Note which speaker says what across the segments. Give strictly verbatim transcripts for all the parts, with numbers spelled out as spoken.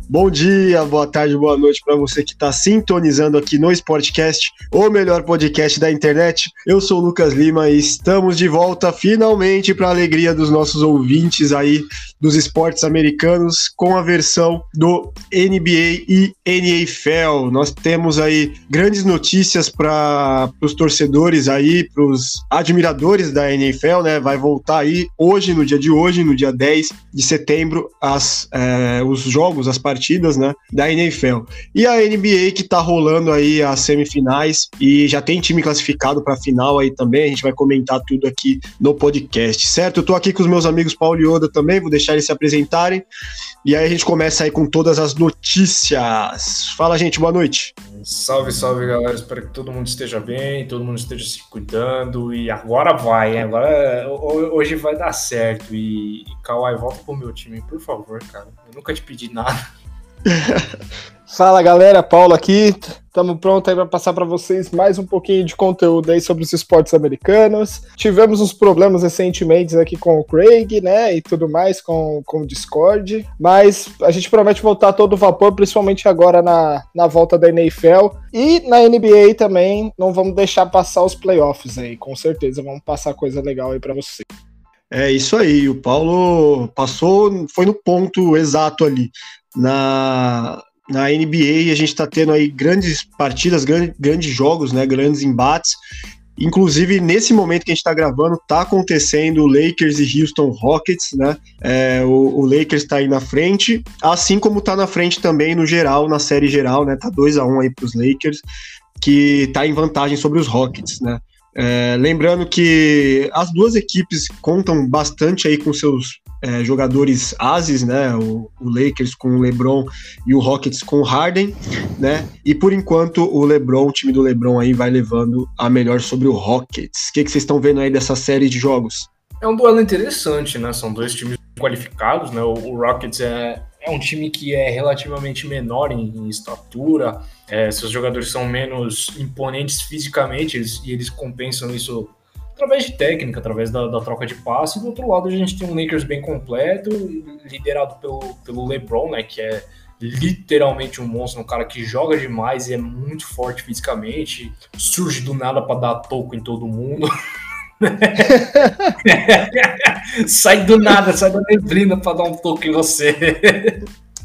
Speaker 1: Bom dia, boa tarde, boa noite para você que está sintonizando aqui no Sportcast, o melhor podcast da internet. Eu sou o Lucas Lima e estamos de volta finalmente para a alegria dos nossos ouvintes aí dos esportes americanos com a versão do N B A e N F L. Nós temos aí grandes notícias para os torcedores aí, para os admiradores da N F L, né? Vai voltar aí hoje, no dia de hoje, no dia dez de setembro, as, é, os jogos, as partidas, né, da N F L. E a N B A que tá rolando aí as semifinais e já tem time classificado para a final aí também. A gente vai comentar tudo aqui no podcast, certo? Eu tô aqui com os meus amigos Paulo e Oda também, vou deixar eles se apresentarem e aí a gente começa aí com todas as notícias. Fala, gente, boa noite.
Speaker 2: Salve, salve, galera. Espero que todo mundo esteja bem, todo mundo esteja se cuidando e agora vai, hein? Agora hoje vai dar certo e, e Kawhi, volta pro meu time, por favor, cara. Eu nunca te pedi nada.
Speaker 3: Fala, galera, Paulo aqui, estamos prontos aí para passar para vocês mais um pouquinho de conteúdo aí sobre os esportes americanos. Tivemos uns problemas recentemente aqui com o Craig, né, e tudo mais, com, com o Discord, mas a gente promete voltar a todo vapor, principalmente agora na, na volta da N F L e na N B A também. Não vamos deixar passar os playoffs aí, com certeza vamos passar coisa legal aí para vocês.
Speaker 1: É isso aí, o Paulo passou, foi no ponto exato ali. Na, na N B A a gente está tendo aí grandes partidas, grandes, grandes jogos, né, grandes embates. Inclusive, nesse momento que a gente está gravando, está acontecendo o Lakers e Houston Rockets, né? É, o, o Lakers está aí na frente, assim como está na frente também no geral, na série geral, né? Tá dois a um aí para os Lakers, que está em vantagem sobre os Rockets, né? É, lembrando que as duas equipes contam bastante aí com seus é, jogadores ases, né? O, o Lakers com o LeBron e o Rockets com o Harden, né? E por enquanto o LeBron, o time do LeBron aí vai levando a melhor sobre o Rockets. O que, que vocês estão vendo aí dessa série de jogos?
Speaker 2: É um duelo interessante, né? São dois times qualificados, né? O, o Rockets é, é um time que é relativamente menor em, em estatura, é, seus jogadores são menos imponentes fisicamente eles, e eles compensam isso através de técnica, através da, da troca de passe. E do outro lado a gente tem um Lakers bem completo, liderado pelo, pelo LeBron, né? Que é literalmente um monstro, um cara que joga demais e é muito forte fisicamente, surge do nada para dar toco em todo mundo. Sai do nada, sai da neblina pra dar um toque em você.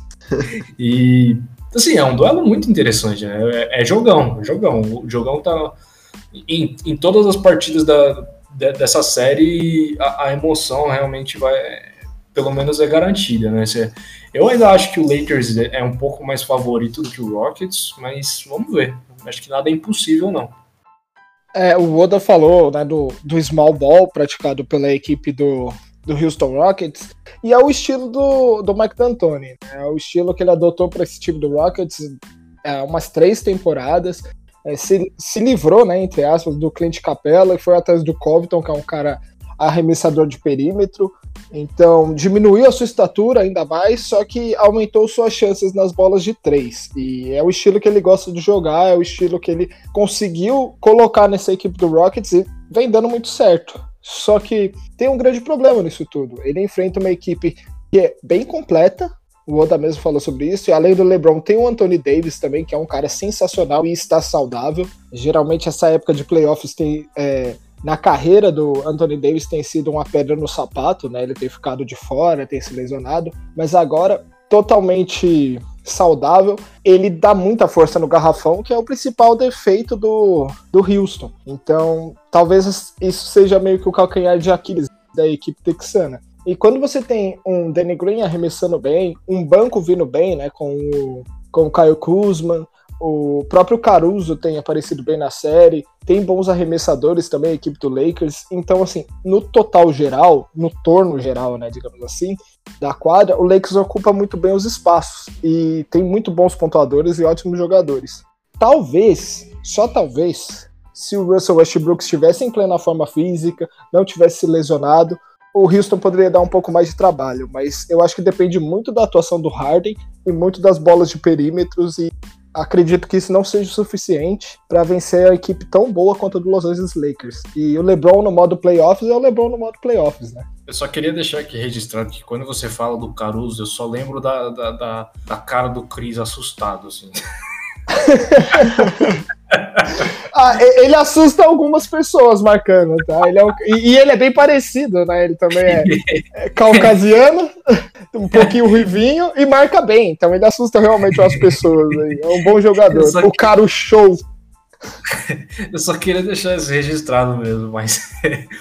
Speaker 2: E assim, é um duelo muito interessante, né? É, é jogão, é jogão. O jogão tá em, em todas as partidas da, de, dessa série, a, a emoção realmente vai, pelo menos é garantida, né? Eu ainda acho que o Lakers é um pouco mais favorito do que o Rockets, mas vamos ver. Acho que nada é impossível, não.
Speaker 3: É, o Oda falou, né, do, do small ball praticado pela equipe do, do Houston Rockets, e é o estilo do, do Mike D'Antoni, né, é o estilo que ele adotou para esse time do Rockets há é, umas três temporadas, é, se, se livrou, né, entre aspas, do Clint Capela e foi atrás do Covington, que é um cara arremessador de perímetro, então diminuiu a sua estatura ainda mais, só que aumentou suas chances nas bolas de três, e é o estilo que ele gosta de jogar, é o estilo que ele conseguiu colocar nessa equipe do Rockets e vem dando muito certo. Só que tem um grande problema nisso tudo, ele enfrenta uma equipe que é bem completa, o Oda mesmo falou sobre isso, e além do LeBron tem o Anthony Davis também, que é um cara sensacional e está saudável. Geralmente essa época de playoffs tem... É, na carreira do Anthony Davis tem sido uma pedra no sapato, né? Ele tem ficado de fora, tem se lesionado, mas agora totalmente saudável, ele dá muita força no garrafão, que é o principal defeito do, do Houston. Então, talvez isso seja meio que o calcanhar de Aquiles da equipe texana. E quando você tem um Danny Green arremessando bem, um banco vindo bem, né? Com o, com o Kyle Kuzma, o próprio Caruso tem aparecido bem na série, tem bons arremessadores também, a equipe do Lakers. Então, assim, no total geral, no torno geral, né, digamos assim, da quadra, o Lakers ocupa muito bem os espaços e tem muito bons pontuadores e ótimos jogadores. Talvez, só talvez, se o Russell Westbrook estivesse em plena forma física, não tivesse se lesionado, o Houston poderia dar um pouco mais de trabalho, mas eu acho que depende muito da atuação do Harden e muito das bolas de perímetros, e acredito que isso não seja o suficiente para vencer a equipe tão boa quanto a do Los Angeles Lakers. E o LeBron no modo playoffs é o LeBron no modo playoffs, né?
Speaker 2: Eu só queria deixar aqui registrado que quando você fala do Caruso, eu só lembro da, da, da, da cara do Chris assustado, assim.
Speaker 3: Ah, ele assusta algumas pessoas marcando, tá? Ele é um... E ele é bem parecido, né? Ele também é, é caucasiano, um pouquinho ruivinho e marca bem. Então ele assusta realmente as pessoas. Aí. É um bom jogador. O que... cara, o show.
Speaker 2: Eu só queria deixar isso registrado mesmo, mas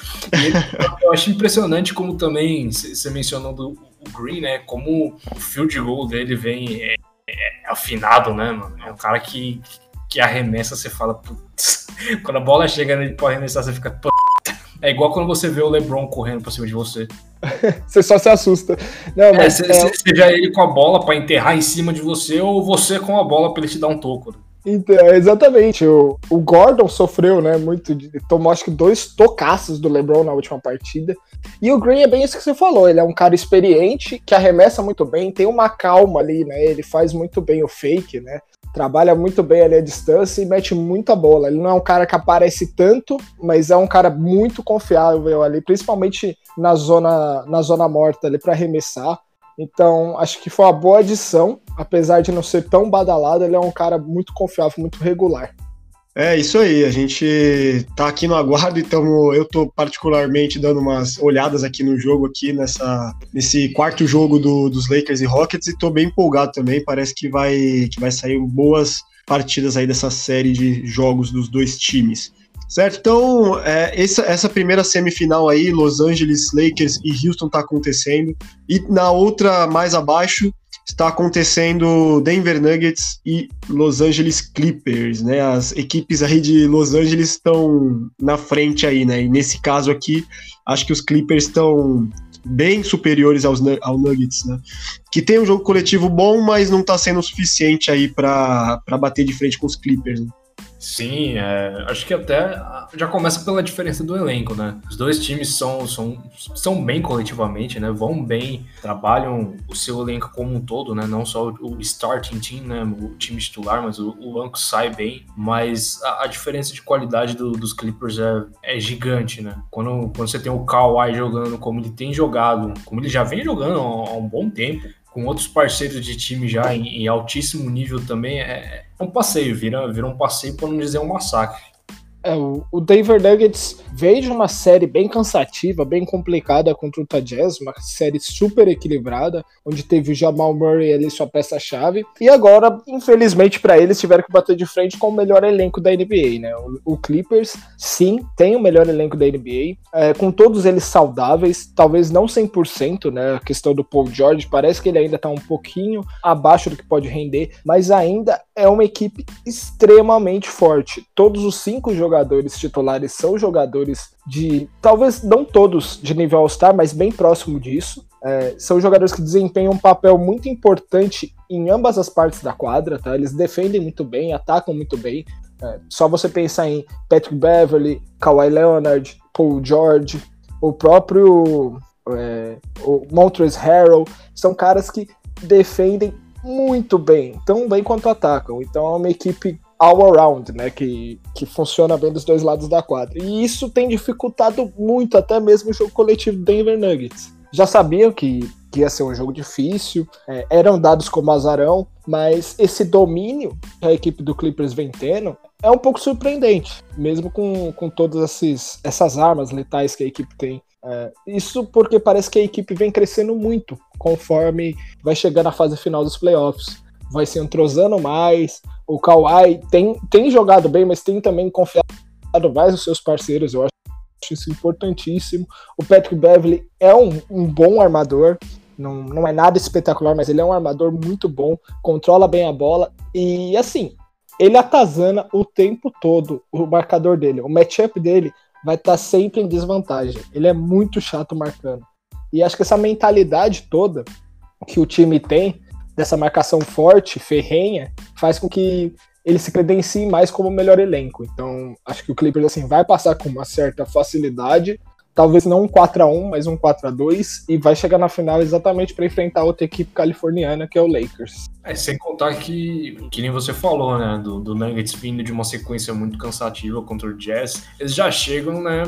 Speaker 2: eu acho impressionante como também você mencionou do o Green, né? Como o field goal dele vem é, é afinado, né, mano? É um cara que, que arremessa, você fala, putz. Quando a bola chega nele pra arremessar, você fica, putz. É igual quando você vê o LeBron correndo por cima de você.
Speaker 3: Você só se assusta. Não, mas
Speaker 2: é, é... Seja ele com a bola pra enterrar em cima de você ou você com a bola pra ele te dar um toco.
Speaker 3: Então, exatamente, o, o Gordon sofreu, né, muito, tomou acho que dois tocaços do LeBron na última partida, e o Green é bem isso que você falou, ele é um cara experiente, que arremessa muito bem, tem uma calma ali, né, ele faz muito bem o fake, né, trabalha muito bem ali à distância e mete muita bola, ele não é um cara que aparece tanto, mas é um cara muito confiável ali, principalmente na zona, na zona morta ali para arremessar. Então, acho que foi uma boa adição, apesar de não ser tão badalado, ele é um cara muito confiável, muito regular.
Speaker 1: É, isso aí, a gente tá aqui no aguardo, então eu tô particularmente dando umas olhadas aqui no jogo, aqui nessa, nesse quarto jogo do, dos Lakers e Rockets, e tô bem empolgado também, parece que vai, que vai sair boas partidas aí dessa série de jogos dos dois times. Certo, então é, essa, essa primeira semifinal aí, Los Angeles Lakers e Houston tá acontecendo, e na outra mais abaixo está acontecendo Denver Nuggets e Los Angeles Clippers, né, as equipes aí de Los Angeles estão na frente aí, né, e nesse caso aqui, acho que os Clippers estão bem superiores aos, ao Nuggets, né, que tem um jogo coletivo bom, mas não tá sendo o suficiente aí para bater de frente com os Clippers, né.
Speaker 2: Sim, é, acho que até já começa pela diferença do elenco, né? Os dois times são, são, são bem coletivamente, né? Vão bem, trabalham o seu elenco como um todo, né? Não só o starting team, né? O time titular, mas o, o banco sai bem. Mas a, a diferença de qualidade do, dos Clippers é, é gigante, né? Quando, quando você tem o Kawhi jogando como ele tem jogado, como ele já vem jogando há, há um bom tempo, com outros parceiros de time já em, em altíssimo nível também, é, é um passeio, vira, vira um passeio para não dizer um massacre.
Speaker 3: É, o, o Denver Nuggets veio de uma série bem cansativa, bem complicada contra o Utah Jazz, uma série super equilibrada, onde teve o Jamal Murray ali, sua peça-chave, e agora, infelizmente para eles, tiveram que bater de frente com o melhor elenco da N B A, né? O, o Clippers, sim, tem o melhor elenco da N B A, é, com todos eles saudáveis, talvez não cem por cento, né? A questão do Paul George, parece que ele ainda tá um pouquinho abaixo do que pode render, mas ainda é uma equipe extremamente forte. Todos os cinco jogadores titulares são jogadores de, talvez não todos de nível All-Star, mas bem próximo disso. É, são jogadores que desempenham um papel muito importante em ambas as partes da quadra, tá? Eles defendem muito bem, atacam muito bem. É, só você pensar em Patrick Beverley, Kawhi Leonard, Paul George, o próprio é, o Montrezl Harrell, são caras que defendem muito bem, tão bem quanto atacam. Então é uma equipe all around, né, que, que funciona bem dos dois lados da quadra. E isso tem dificultado muito até mesmo o jogo coletivo do Denver Nuggets. Já sabiam que, que ia ser um jogo difícil, é, eram dados como azarão, mas esse domínio que a equipe do Clippers vem tendo é um pouco surpreendente, mesmo com, com todas esses, essas armas letais que a equipe tem. É, isso porque parece que a equipe vem crescendo muito conforme vai chegar na fase final dos playoffs. Vai se entrosando mais, o Kawhi tem, tem jogado bem, mas tem também confiado mais nos seus parceiros, eu acho isso importantíssimo. O Patrick Beverley é um, um bom armador, não, não é nada espetacular, mas ele é um armador muito bom, controla bem a bola e assim, ele atazana o tempo todo o marcador dele, o matchup dele vai estar sempre em desvantagem, ele é muito chato marcando. E acho que essa mentalidade toda que o time tem, dessa marcação forte, ferrenha, faz com que ele se credencie mais como o melhor elenco. Então, acho que o Clippers assim, vai passar com uma certa facilidade, talvez não um quatro a um, mas um quatro a dois, e vai chegar na final exatamente para enfrentar outra equipe californiana, que é o Lakers.
Speaker 2: É, sem contar que, que nem você falou, né, do, do Nuggets vindo de uma sequência muito cansativa contra o Jazz, eles já chegam, né,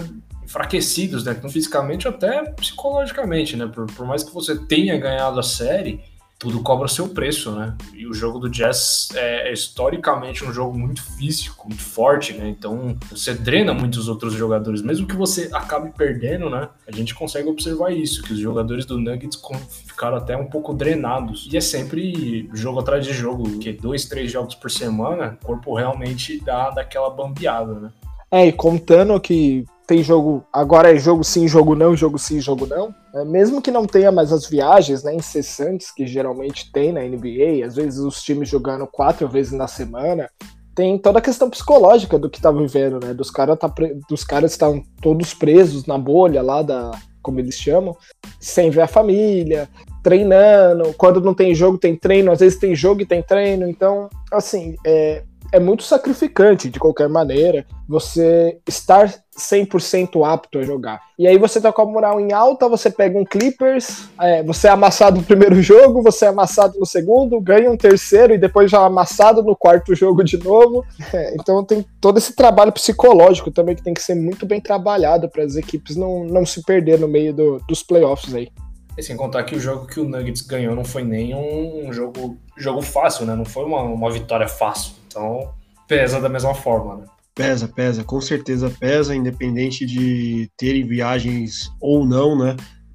Speaker 2: enfraquecidos, né? Tanto fisicamente até psicologicamente, né? Por, por mais que você tenha ganhado a série, tudo cobra o seu preço, né? E o jogo do Jazz é, é historicamente um jogo muito físico, muito forte, né? Então você drena muitos outros jogadores. Mesmo que você acabe perdendo, né? A gente consegue observar isso, que os jogadores do Nuggets ficaram até um pouco drenados. E é sempre jogo atrás de jogo, que dois, três jogos por semana, o corpo realmente dá daquela bambeada, né?
Speaker 3: É, e contando que tem jogo, agora é jogo sim, jogo não, jogo sim, jogo não, é, mesmo que não tenha mais as viagens, né, incessantes que geralmente tem na N B A, às vezes os times jogando quatro vezes na semana, tem toda a questão psicológica do que tá vivendo, né, dos caras tá pre... dos caras estão todos presos na bolha lá da, como eles chamam, sem ver a família, treinando, quando não tem jogo tem treino, às vezes tem jogo e tem treino, então, assim, é... é muito sacrificante, de qualquer maneira, você estar cem por cento apto a jogar. E aí você tá com a moral em alta, você pega um Clippers, é, você é amassado no primeiro jogo, você é amassado no segundo, ganha um terceiro e depois já é amassado no quarto jogo de novo. É, então tem todo esse trabalho psicológico também que tem que ser muito bem trabalhado para as equipes não, não se perder no meio do, dos playoffs aí.
Speaker 2: E sem contar que o jogo que o Nuggets ganhou não foi nem um jogo, jogo fácil, né? Não foi uma, uma vitória fácil. Então, pesa da mesma forma, né?
Speaker 1: Pesa, pesa. Com certeza pesa, independente de terem viagens ou não, né?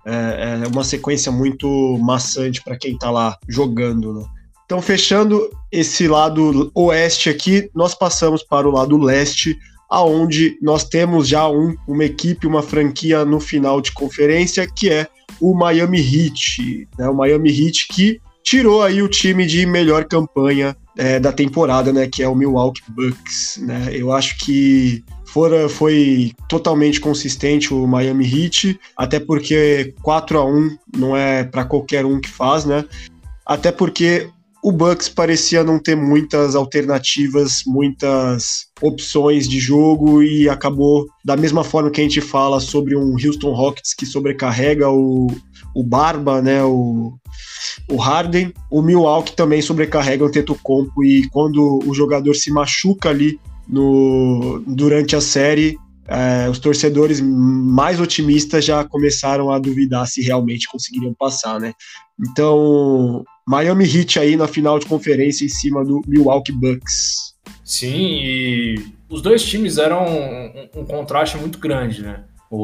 Speaker 1: É, é uma sequência muito maçante para quem tá lá jogando, né? Então, fechando esse lado oeste aqui, nós passamos para o lado leste, aonde nós temos já um, uma equipe, uma franquia no final de conferência, que é o Miami Heat, né? O Miami Heat que tirou aí o time de melhor campanha é, da temporada, né? Que é o Milwaukee Bucks, né? Eu acho que fora, foi totalmente consistente o Miami Heat, até porque quatro a um não é para qualquer um que faz, né? Até porque o Bucks parecia não ter muitas alternativas, muitas opções de jogo e acabou, da mesma forma que a gente fala sobre um Houston Rockets que sobrecarrega o, o Barba, né, o, o Harden, o Milwaukee também sobrecarrega o Antetokounmpo e quando o jogador se machuca ali no, durante a série, é, os torcedores mais otimistas já começaram a duvidar se realmente conseguiriam passar, né? Então, Miami Heat aí na final de conferência em cima do Milwaukee Bucks.
Speaker 2: Sim, e os dois times eram um, um contraste muito grande, né?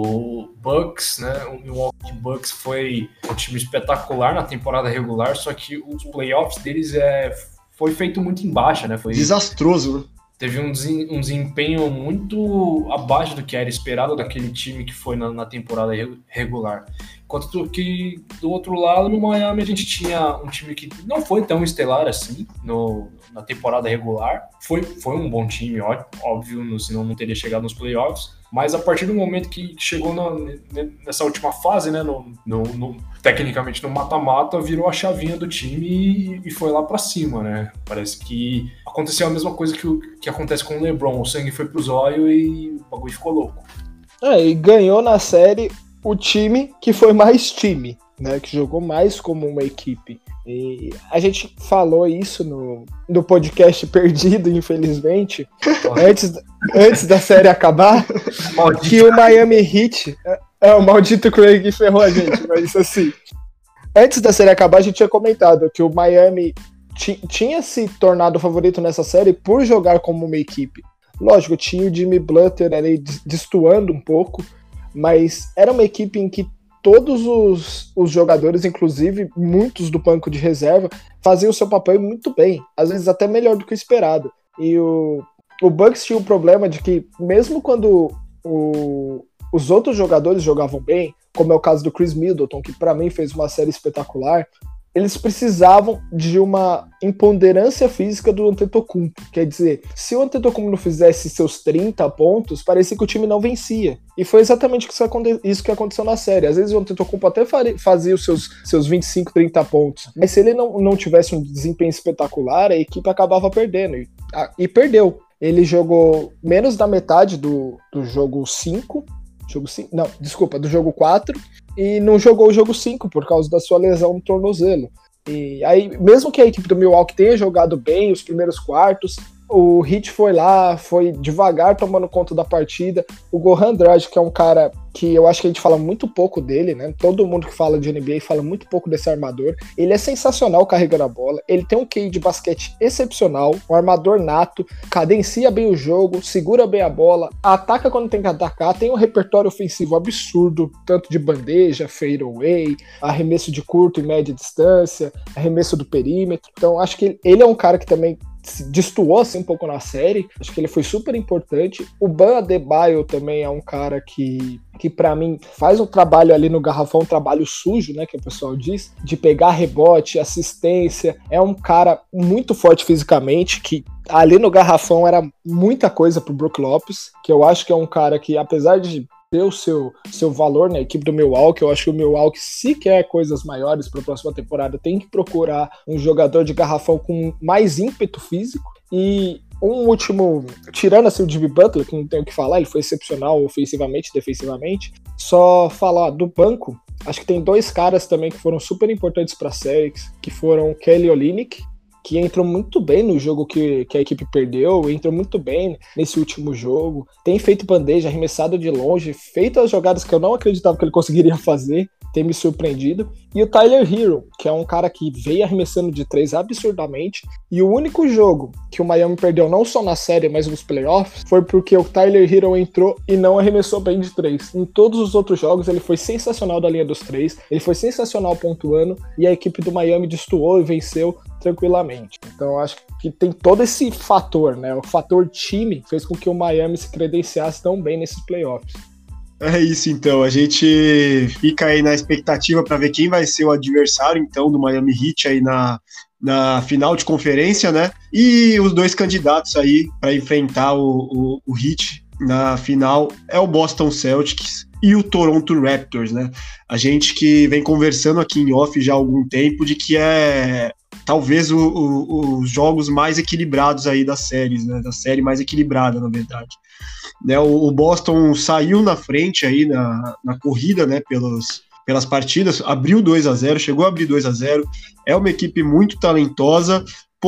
Speaker 2: O Bucks, né? O Milwaukee Bucks foi um time espetacular na temporada regular, só que os playoffs deles é, foi feito muito em baixa, né? Foi
Speaker 1: desastroso, né?
Speaker 2: Teve um, um desempenho muito abaixo do que era esperado daquele time que foi na, na temporada regular. Enquanto que, do outro lado, no Miami, a gente tinha um time que não foi tão estelar assim no, na temporada regular. Foi, foi um bom time, óbvio, senão não teria chegado nos playoffs. Mas a partir do momento que chegou na, nessa última fase, né, no, no, no, tecnicamente no mata-mata, virou a chavinha do time e, e foi lá pra cima, né? Parece que aconteceu a mesma coisa que, o, que acontece com o LeBron. O sangue foi pros olhos e o bagulho ficou louco.
Speaker 3: É, e ganhou na série o time que foi mais time, né? Que jogou mais como uma equipe. E a gente falou isso no, no podcast perdido, infelizmente, antes, antes da série acabar, maldito. Que o Miami Heat... É, é, o maldito Craig ferrou a gente, mas assim... Antes da série acabar, a gente tinha comentado que o Miami t- tinha se tornado favorito nessa série por jogar como uma equipe. Lógico, tinha o Jimmy Butler ali destoando um pouco, mas era uma equipe em que todos os, os jogadores, inclusive muitos do banco de reserva, faziam o seu papel muito bem, às vezes até melhor do que o esperado. E o, o Bucks tinha o problema de que, mesmo quando o, os outros jogadores jogavam bem, como é o caso do Chris Middleton, que para mim fez uma série espetacular, eles precisavam de uma imponderância física do Antetokounmpo. Quer dizer, se o Antetokounmpo não fizesse seus trinta pontos, parecia que o time não vencia. E foi exatamente isso que aconteceu na série. Às vezes o Antetokounmpo até fazia os seus, seus vinte e cinco, trinta pontos, mas se ele não, não tivesse um desempenho espetacular, a equipe acabava perdendo. E, a, e perdeu. Ele jogou menos da metade do, do jogo cinco, jogo cinco, não, desculpa, do jogo quatro, e não jogou o jogo cinco por causa da sua lesão no tornozelo. E aí, mesmo que a equipe do Milwaukee tenha jogado bem os primeiros quartos, o Heat foi lá, foi devagar tomando conta da partida. O Goran Andrade, que é um cara que eu acho que a gente fala muito pouco dele, né? Todo mundo que fala de N B A fala muito pouco desse armador. Ele é sensacional carregando a bola, ele tem um Q I de basquete excepcional, um armador nato, cadencia bem o jogo, segura bem a bola, ataca quando tem que atacar, tem um repertório ofensivo absurdo, tanto de bandeja, fadeaway, arremesso de curto e média distância, arremesso do perímetro. Então acho que ele é um cara que também se destoou assim um pouco na série, acho que ele foi super importante. O Bam Adebayo também é um cara que, que para mim faz um trabalho ali no garrafão, um trabalho sujo, né, que o pessoal diz, de pegar rebote, assistência, é um cara muito forte fisicamente, que ali no garrafão era muita coisa pro Brook Lopes, que eu acho que é um cara que, apesar de ter o seu, seu valor na equipe do Milwaukee, eu acho que o Milwaukee, se quer coisas maiores para a próxima temporada, tem que procurar um jogador de garrafão com mais ímpeto físico. E um último, tirando assim o Jimmy Butler, que não tem o que falar, ele foi excepcional ofensivamente, defensivamente, só falar do banco, acho que tem dois caras também que foram super importantes para a série, que foram Kelly Olynyk, que entrou muito bem no jogo que, que a equipe perdeu, entrou muito bem nesse último jogo, tem feito bandeja, arremessado de longe, feito as jogadas que eu não acreditava que ele conseguiria fazer, tem me surpreendido. E o Tyler Hero, que é um cara que veio arremessando de três absurdamente, e o único jogo que o Miami perdeu, não só na série, mas nos playoffs, foi porque o Tyler Hero entrou e não arremessou bem de três. Em todos os outros jogos, ele foi sensacional da linha dos três, ele foi sensacional pontuando, e a equipe do Miami destoou e venceu tranquilamente. Então acho que tem todo esse fator, né? O fator time fez com que o Miami se credenciasse tão bem nesses playoffs.
Speaker 1: É isso, então. A gente fica aí na expectativa para ver quem vai ser o adversário, então, do Miami Heat aí na, na final de conferência, né? E os dois candidatos aí para enfrentar o, o, o Heat na final é o Boston Celtics e o Toronto Raptors, né? A gente que vem conversando aqui em off já há algum tempo de que é talvez o, o, os jogos mais equilibrados aí das séries, né? Da série mais equilibrada, na verdade. Né, o, o Boston saiu na frente aí na, na corrida, né, pelos, pelas partidas, abriu dois a zero, chegou a abrir dois a zero, é uma equipe muito talentosa,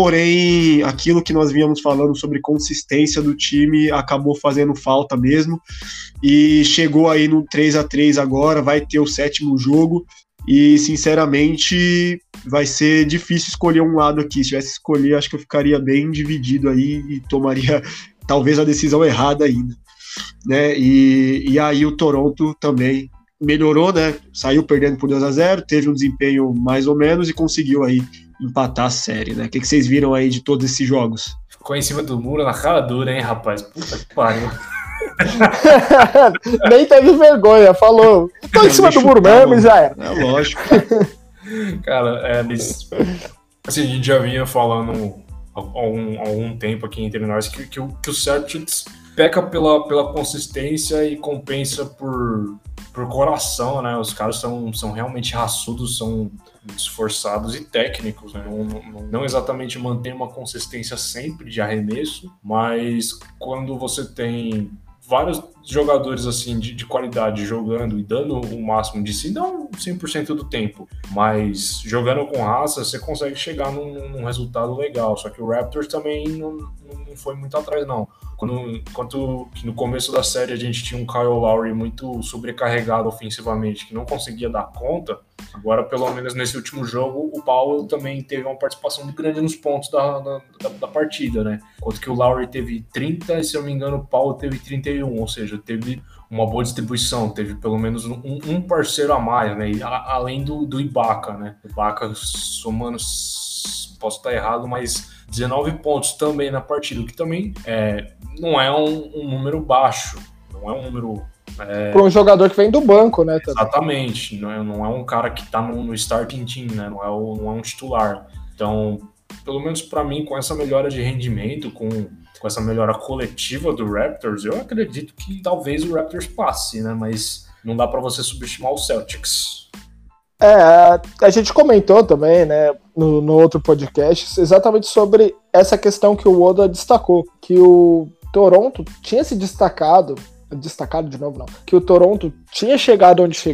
Speaker 1: porém aquilo que nós vínhamos falando sobre consistência do time acabou fazendo falta mesmo, e chegou aí no três a três agora, vai ter o sétimo jogo, e sinceramente vai ser difícil escolher um lado aqui. Se tivesse que escolher, acho que eu ficaria bem dividido aí e tomaria talvez a decisão errada ainda, né? E, e aí o Toronto também melhorou, né? Saiu perdendo por dois a zero, teve um desempenho mais ou menos e conseguiu aí empatar a série, né? O que, que vocês viram aí de todos esses jogos?
Speaker 2: Ficou em cima do muro na cara dura, hein, rapaz? Puta que pariu.
Speaker 3: Nem teve vergonha, falou. Tô em cima do muro mesmo e já era.
Speaker 1: É lógico.
Speaker 2: Cara, é, eles, assim, a gente já vinha falando há algum, algum tempo aqui entre nós que, que, que o Celtics peca pela, pela consistência e compensa por, por coração, né? Os caras são, são realmente raçudos, são esforçados e técnicos, né? Não, não, não exatamente mantém uma consistência sempre de arremesso, mas quando você tem vários jogadores assim de, de qualidade jogando e dando o máximo de si, não cem por cento do tempo, mas jogando com raça, você consegue chegar num, num resultado legal. Só que o Raptors também não, não foi muito atrás, não. Quando, enquanto no começo da série a gente tinha um Kyle Lowry muito sobrecarregado ofensivamente, que não conseguia dar conta, agora pelo menos nesse último jogo o Powell também teve uma participação muito grande nos pontos da, da, da partida, né? Enquanto que o Lowry teve trinta e, se eu não me engano, o Powell teve trinta e um, ou seja, teve uma boa distribuição, teve pelo menos um, um parceiro a mais, né? E a, além do, do Ibaka, né? O Ibaka somando, posso estar errado, mas dezenove pontos também na partida, o que também é, não é um, um número baixo, não é um número... É...
Speaker 3: Para um jogador que vem do banco, né? Também.
Speaker 2: Exatamente, não é, não é um cara que está no, no starting team, né? Não é, o, não é um titular. Então, pelo menos para mim, com essa melhora de rendimento, com, com essa melhora coletiva do Raptors, eu acredito que talvez o Raptors passe, né? Mas não dá para você subestimar o Celtics.
Speaker 3: É, a gente comentou também, né, no, no outro podcast, exatamente sobre essa questão que o Oda destacou, que o Toronto tinha se destacado, destacado de novo não, que o Toronto tinha chegado onde chegou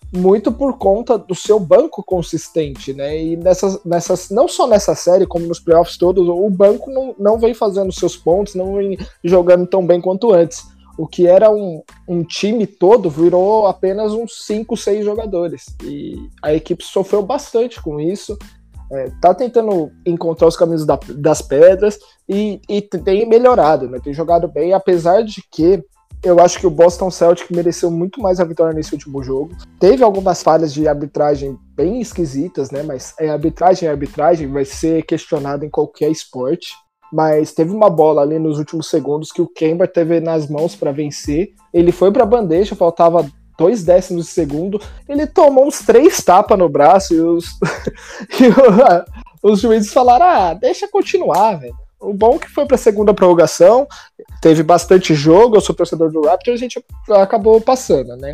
Speaker 3: muito por conta do seu banco consistente, né? E nessas, nessas, não só nessa série, como nos playoffs todos, o banco não, não vem fazendo seus pontos, não vem jogando tão bem quanto antes. O que era um, um time todo virou apenas uns cinco, seis jogadores. E a equipe sofreu bastante com isso. É, tá tentando encontrar os caminhos da, das pedras e, e tem melhorado, né? Tem jogado bem, apesar de que eu acho que o Boston Celtics mereceu muito mais a vitória nesse último jogo. Teve algumas falhas de arbitragem bem esquisitas, né? Mas é arbitragem, é arbitragem, vai ser questionado em qualquer esporte. Mas teve uma bola ali nos últimos segundos que o Kemba teve nas mãos para vencer. Ele foi para a bandeja, faltava dois décimos de segundo. Ele tomou uns três tapas no braço e os, e o, os juízes falaram: ah, deixa continuar, velho. O bom é que foi para a segunda prorrogação, teve bastante jogo, eu sou torcedor do Raptors, a gente acabou passando, né?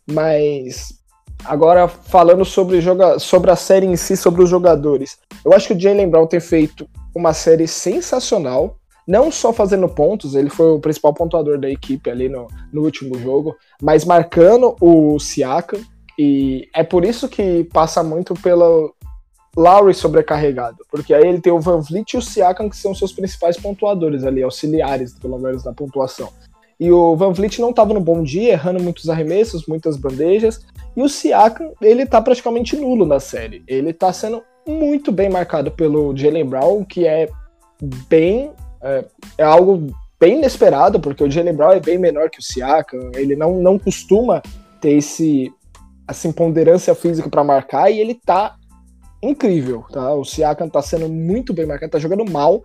Speaker 3: Mas agora falando sobre, joga... sobre a série em si, sobre os jogadores, eu acho que o Jaylen Brown tem feito uma série sensacional, não só fazendo pontos, ele foi o principal pontuador da equipe ali no, no último jogo, mas marcando o Siakam, e é por isso que passa muito pelo Lowry sobrecarregado, porque aí ele tem o VanVleet e o Siakam, que são seus principais pontuadores ali, auxiliares, pelo menos, na pontuação. E o VanVleet não estava no bom dia, errando muitos arremessos, muitas bandejas, e o Siakam, ele tá praticamente nulo na série. Ele tá sendo muito bem marcado pelo Jaylen Brown, que é bem... É, é algo bem inesperado, porque o Jaylen Brown é bem menor que o Siakam, ele não, não costuma ter esse, essa imponderância física para marcar, e ele tá incrível, tá? O Siakam tá sendo muito bem marcado, tá jogando mal,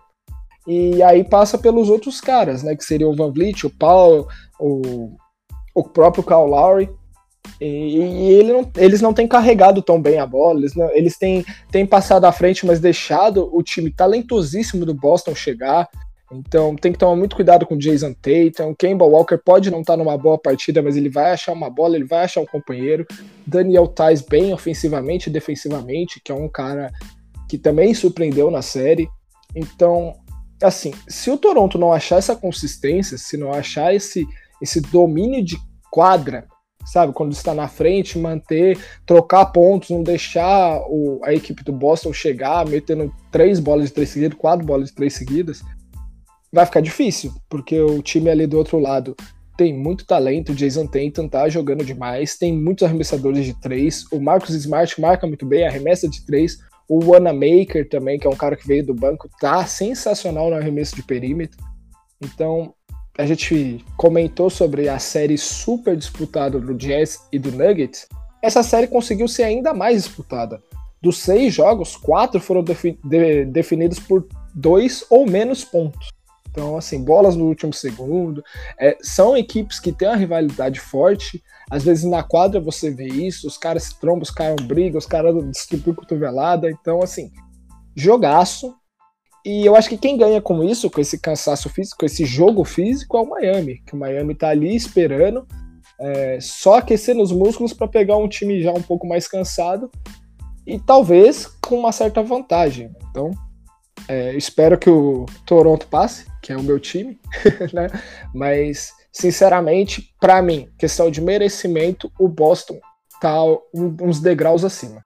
Speaker 3: e aí passa pelos outros caras, né, que seriam o VanVleet, o Paul, o, o próprio Kyle Lowry, e, e ele não, eles não têm carregado tão bem a bola, eles, não, eles têm, têm passado à frente, mas deixado o time talentosíssimo do Boston chegar. Então tem que tomar muito cuidado com o Jason Tatum. O Kemba Walker pode não estar numa boa partida, mas ele vai achar uma bola, ele vai achar um companheiro. Daniel Theis bem ofensivamente e defensivamente, que é um cara que também surpreendeu na série. Então, assim, se o Toronto não achar essa consistência, se não achar esse, esse domínio de quadra, sabe, quando está na frente, manter, trocar pontos, não deixar o, a equipe do Boston chegar, metendo três bolas de três seguidas, quatro bolas de três seguidas, vai ficar difícil, porque o time ali do outro lado tem muito talento, o Jason Tatum tá jogando demais, tem muitos arremessadores de três, o Marcus Smart marca muito bem, arremessa de três, o Wanamaker também, que é um cara que veio do banco, tá sensacional no arremesso de perímetro. Então, a gente comentou sobre a série super disputada do Jazz e do Nuggets, essa série conseguiu ser ainda mais disputada. Dos seis jogos, quatro foram defi- de- definidos por dois ou menos pontos. Então, assim, bolas no último segundo, é, são equipes que têm uma rivalidade forte, às vezes na quadra você vê isso, os caras se trombam, os caras brigam, os caras distribuem cotovelada, então, assim, jogaço, e eu acho que quem ganha com isso, com esse cansaço físico, com esse jogo físico, é o Miami, que o Miami tá ali esperando, é, só aquecendo os músculos para pegar um time já um pouco mais cansado, e talvez com uma certa vantagem, então... É, espero que o Toronto passe, que é o meu time, né? Mas, sinceramente, para mim, questão de merecimento, o Boston tá uns degraus acima.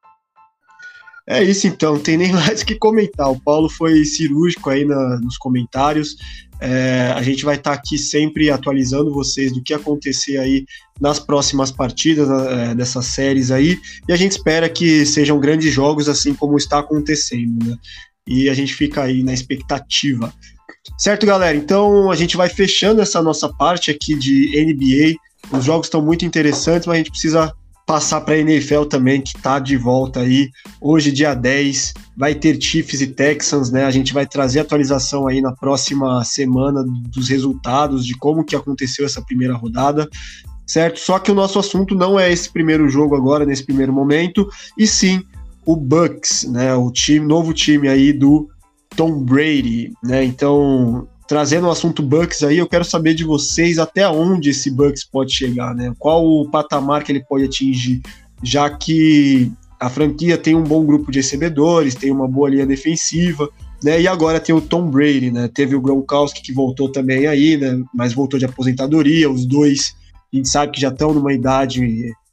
Speaker 1: É isso então, não tem nem mais o que comentar. O Paulo foi cirúrgico aí na, nos comentários. É, a gente vai estar tá aqui sempre atualizando vocês do que acontecer aí nas próximas partidas é, dessas séries aí. E a gente espera que sejam grandes jogos, assim como está acontecendo, né? E a gente fica aí na expectativa. Certo, galera? Então a gente vai fechando essa nossa parte aqui de N B A. Os jogos estão muito interessantes, mas a gente precisa passar para a N F L também, que está de volta aí. Hoje, dia dez, vai ter Chiefs e Texans, né? A gente vai trazer atualização aí na próxima semana dos resultados, de como que aconteceu essa primeira rodada, certo? Só que o nosso assunto não é esse primeiro jogo agora, nesse primeiro momento, e sim o Bucks, né, o time, novo time aí do Tom Brady, né? Então, trazendo o assunto Bucks aí, eu quero saber de vocês até onde esse Bucks pode chegar, né? Qual o patamar que ele pode atingir, já que a franquia tem um bom grupo de recebedores, tem uma boa linha defensiva, né? E agora tem o Tom Brady, né? Teve o Gronkowski que voltou também aí, né? Mas voltou de aposentadoria, os dois, a gente sabe que já estão numa idade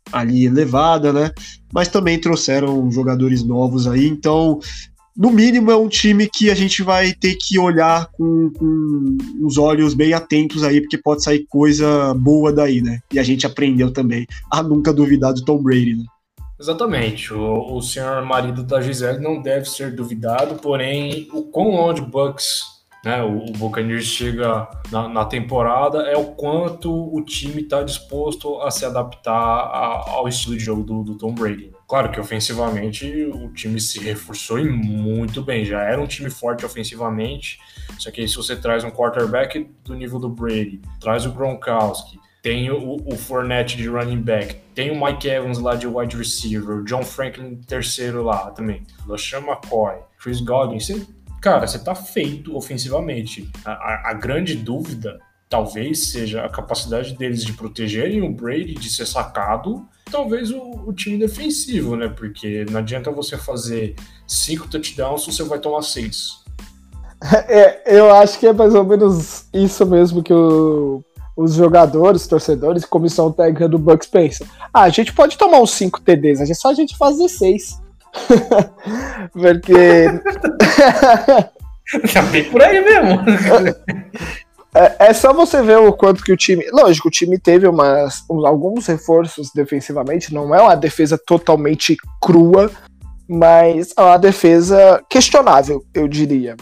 Speaker 1: ali elevada, né? Mas também trouxeram jogadores novos aí, então, no mínimo, é um time que a gente vai ter que olhar com, com os olhos bem atentos aí, porque pode sair coisa boa daí, né? E a gente aprendeu também a nunca duvidar do Tom Brady, né?
Speaker 2: Exatamente, o, o senhor marido da Gisele não deve ser duvidado, porém, o quão longe o Bucks, né, o, o Buccaneers chega na, na temporada é o quanto o time está disposto a se adaptar a, ao estilo de jogo do, do Tom Brady. Claro que ofensivamente o time se reforçou e muito bem, já era um time forte ofensivamente, só que aí se você traz um quarterback do nível do Brady, traz o Gronkowski, tem o, o Fournette de running back, tem o Mike Evans lá de wide receiver, o John Franklin terceiro lá também, LaShawn McCoy, Chris Godwin, você, cara, você tá feito ofensivamente. A, a, a grande dúvida talvez seja a capacidade deles de protegerem o Brady de ser sacado, talvez o, o time defensivo, né? Porque não adianta você fazer cinco touchdowns se você vai tomar seis.
Speaker 3: É, eu acho que é mais ou menos isso mesmo que o os jogadores, torcedores e comissão técnica do Bucks pensam. Ah, a gente pode tomar uns cinco T Ds, é só a gente fazer seis. Porque...
Speaker 2: Já bem por aí mesmo.
Speaker 3: é, é só você ver o quanto que o time... Lógico, o time teve umas, alguns reforços defensivamente, não é uma defesa totalmente crua, mas é uma defesa questionável, eu diria.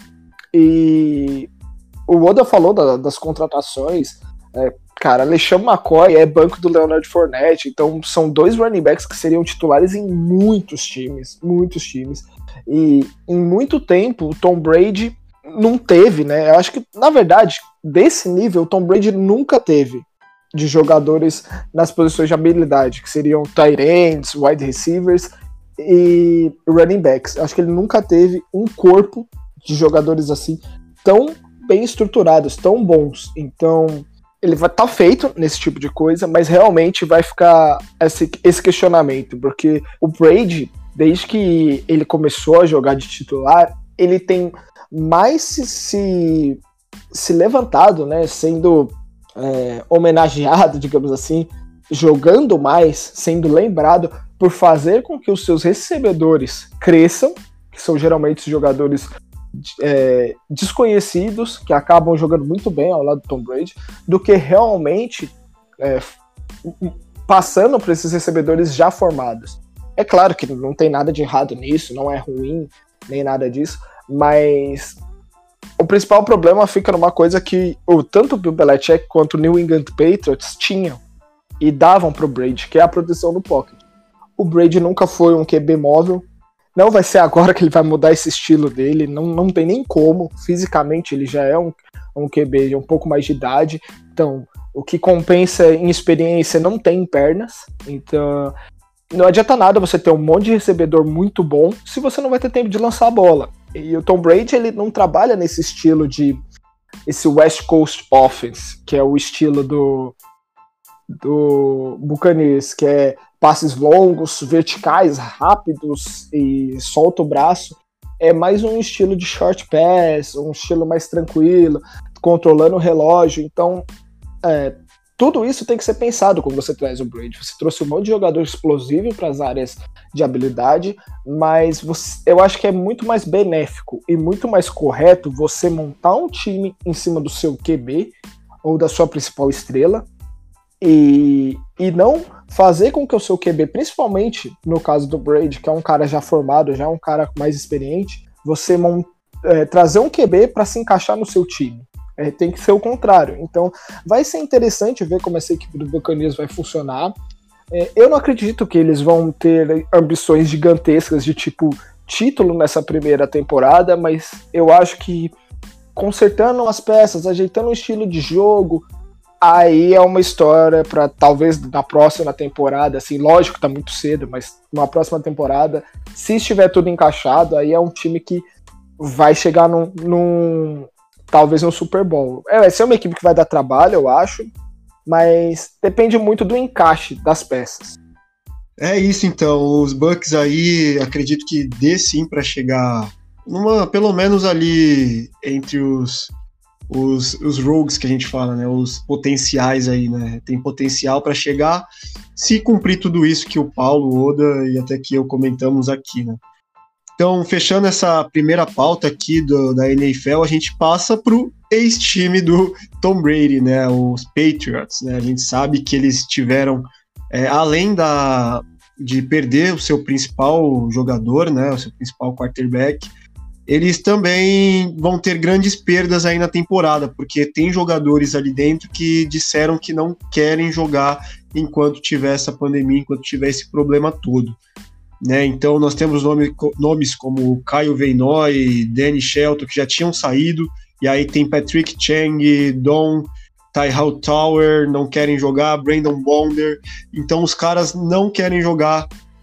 Speaker 3: E o Oda falou da, das contratações... É, cara, LeSean McCoy é banco do Leonard Fournette, então são dois running backs que seriam titulares em muitos times, muitos times, e em muito tempo o Tom Brady não teve, né, eu acho que, na verdade, desse nível o Tom Brady nunca teve de jogadores nas posições de habilidade, que seriam tight ends, wide receivers e running backs. Eu acho que ele nunca teve um corpo de jogadores assim, tão bem estruturados, tão bons, então... Ele vai estar tá feito nesse tipo de coisa, mas realmente vai ficar esse, esse questionamento, porque o Brady, desde que ele começou a jogar de titular, ele tem mais se, se, se levantado, né, sendo é, homenageado, digamos assim, jogando mais, sendo lembrado por fazer com que os seus recebedores cresçam, que são geralmente os jogadores... É, desconhecidos, que acabam jogando muito bem ao lado do Tom Brady, do que realmente é, passando por esses recebedores já formados. É claro que não tem nada de errado nisso, não é ruim, nem nada disso, mas o principal problema fica numa coisa que o, tanto o Bill Belichick quanto o New England Patriots tinham e davam pro Brady, que é a proteção no pocket. O Brady nunca foi um Q B móvel. Não vai ser agora que ele vai mudar esse estilo dele, não, não tem nem como. Fisicamente ele já é um, um Q B de um pouco mais de idade, então o que compensa em experiência não tem em pernas, então não adianta nada você ter um monte de recebedor muito bom se você não vai ter tempo de lançar a bola. E o Tom Brady, ele não trabalha nesse estilo de esse West Coast Offense, que é o estilo do, do Buccaneers, que é passes longos, verticais, rápidos e solta o braço. É mais um estilo de short pass, um estilo mais tranquilo, controlando o relógio. Então, é, tudo isso tem que ser pensado quando você traz o Brady. Você trouxe um monte de jogador explosivo para as áreas de habilidade, mas você, eu acho que é muito mais benéfico e muito mais correto você montar um time em cima do seu Q B ou da sua principal estrela e, e não fazer com que o seu Q B, principalmente no caso do Brady, que é um cara já formado, já é um cara mais experiente, você mont, é, trazer um Q B para se encaixar no seu time. É, tem que ser o contrário. Então vai ser interessante ver como essa equipe do Buccaneers vai funcionar. É, eu não acredito que eles vão ter ambições gigantescas de tipo título nessa primeira temporada, mas eu acho que consertando as peças, ajeitando o estilo de jogo, aí é uma história para talvez na próxima temporada, assim, lógico que tá muito cedo, mas na próxima temporada, se estiver tudo encaixado, aí é um time que vai chegar num, num talvez um Super Bowl. É, vai ser uma equipe que vai dar trabalho, eu acho, mas depende muito do encaixe das peças.
Speaker 1: É isso então, os Bucks aí, acredito que dê sim para chegar numa, pelo menos ali entre os os, os rogues que a gente fala, né? Os potenciais aí, né? Tem potencial para chegar se cumprir tudo isso que o Paulo, o Oda e até que eu comentamos aqui, né? Então, fechando essa primeira pauta aqui do, da N F L, a gente passa pro ex-time do Tom Brady, né? Os Patriots, né? A gente sabe que eles tiveram, é, além da, de perder o seu principal jogador, né? O seu principal quarterback, eles também vão ter grandes perdas aí na temporada, porque tem jogadores ali dentro que disseram que não querem jogar enquanto tiver essa pandemia, enquanto tiver esse problema todo. Né? Então nós temos nome, nomes como Kyle Van Noy, Danny Shelton, que já tinham saído, e aí tem Patrick Chang, Don, Ty Hightower, não querem jogar, Brandon Bonder, então os caras não querem jogar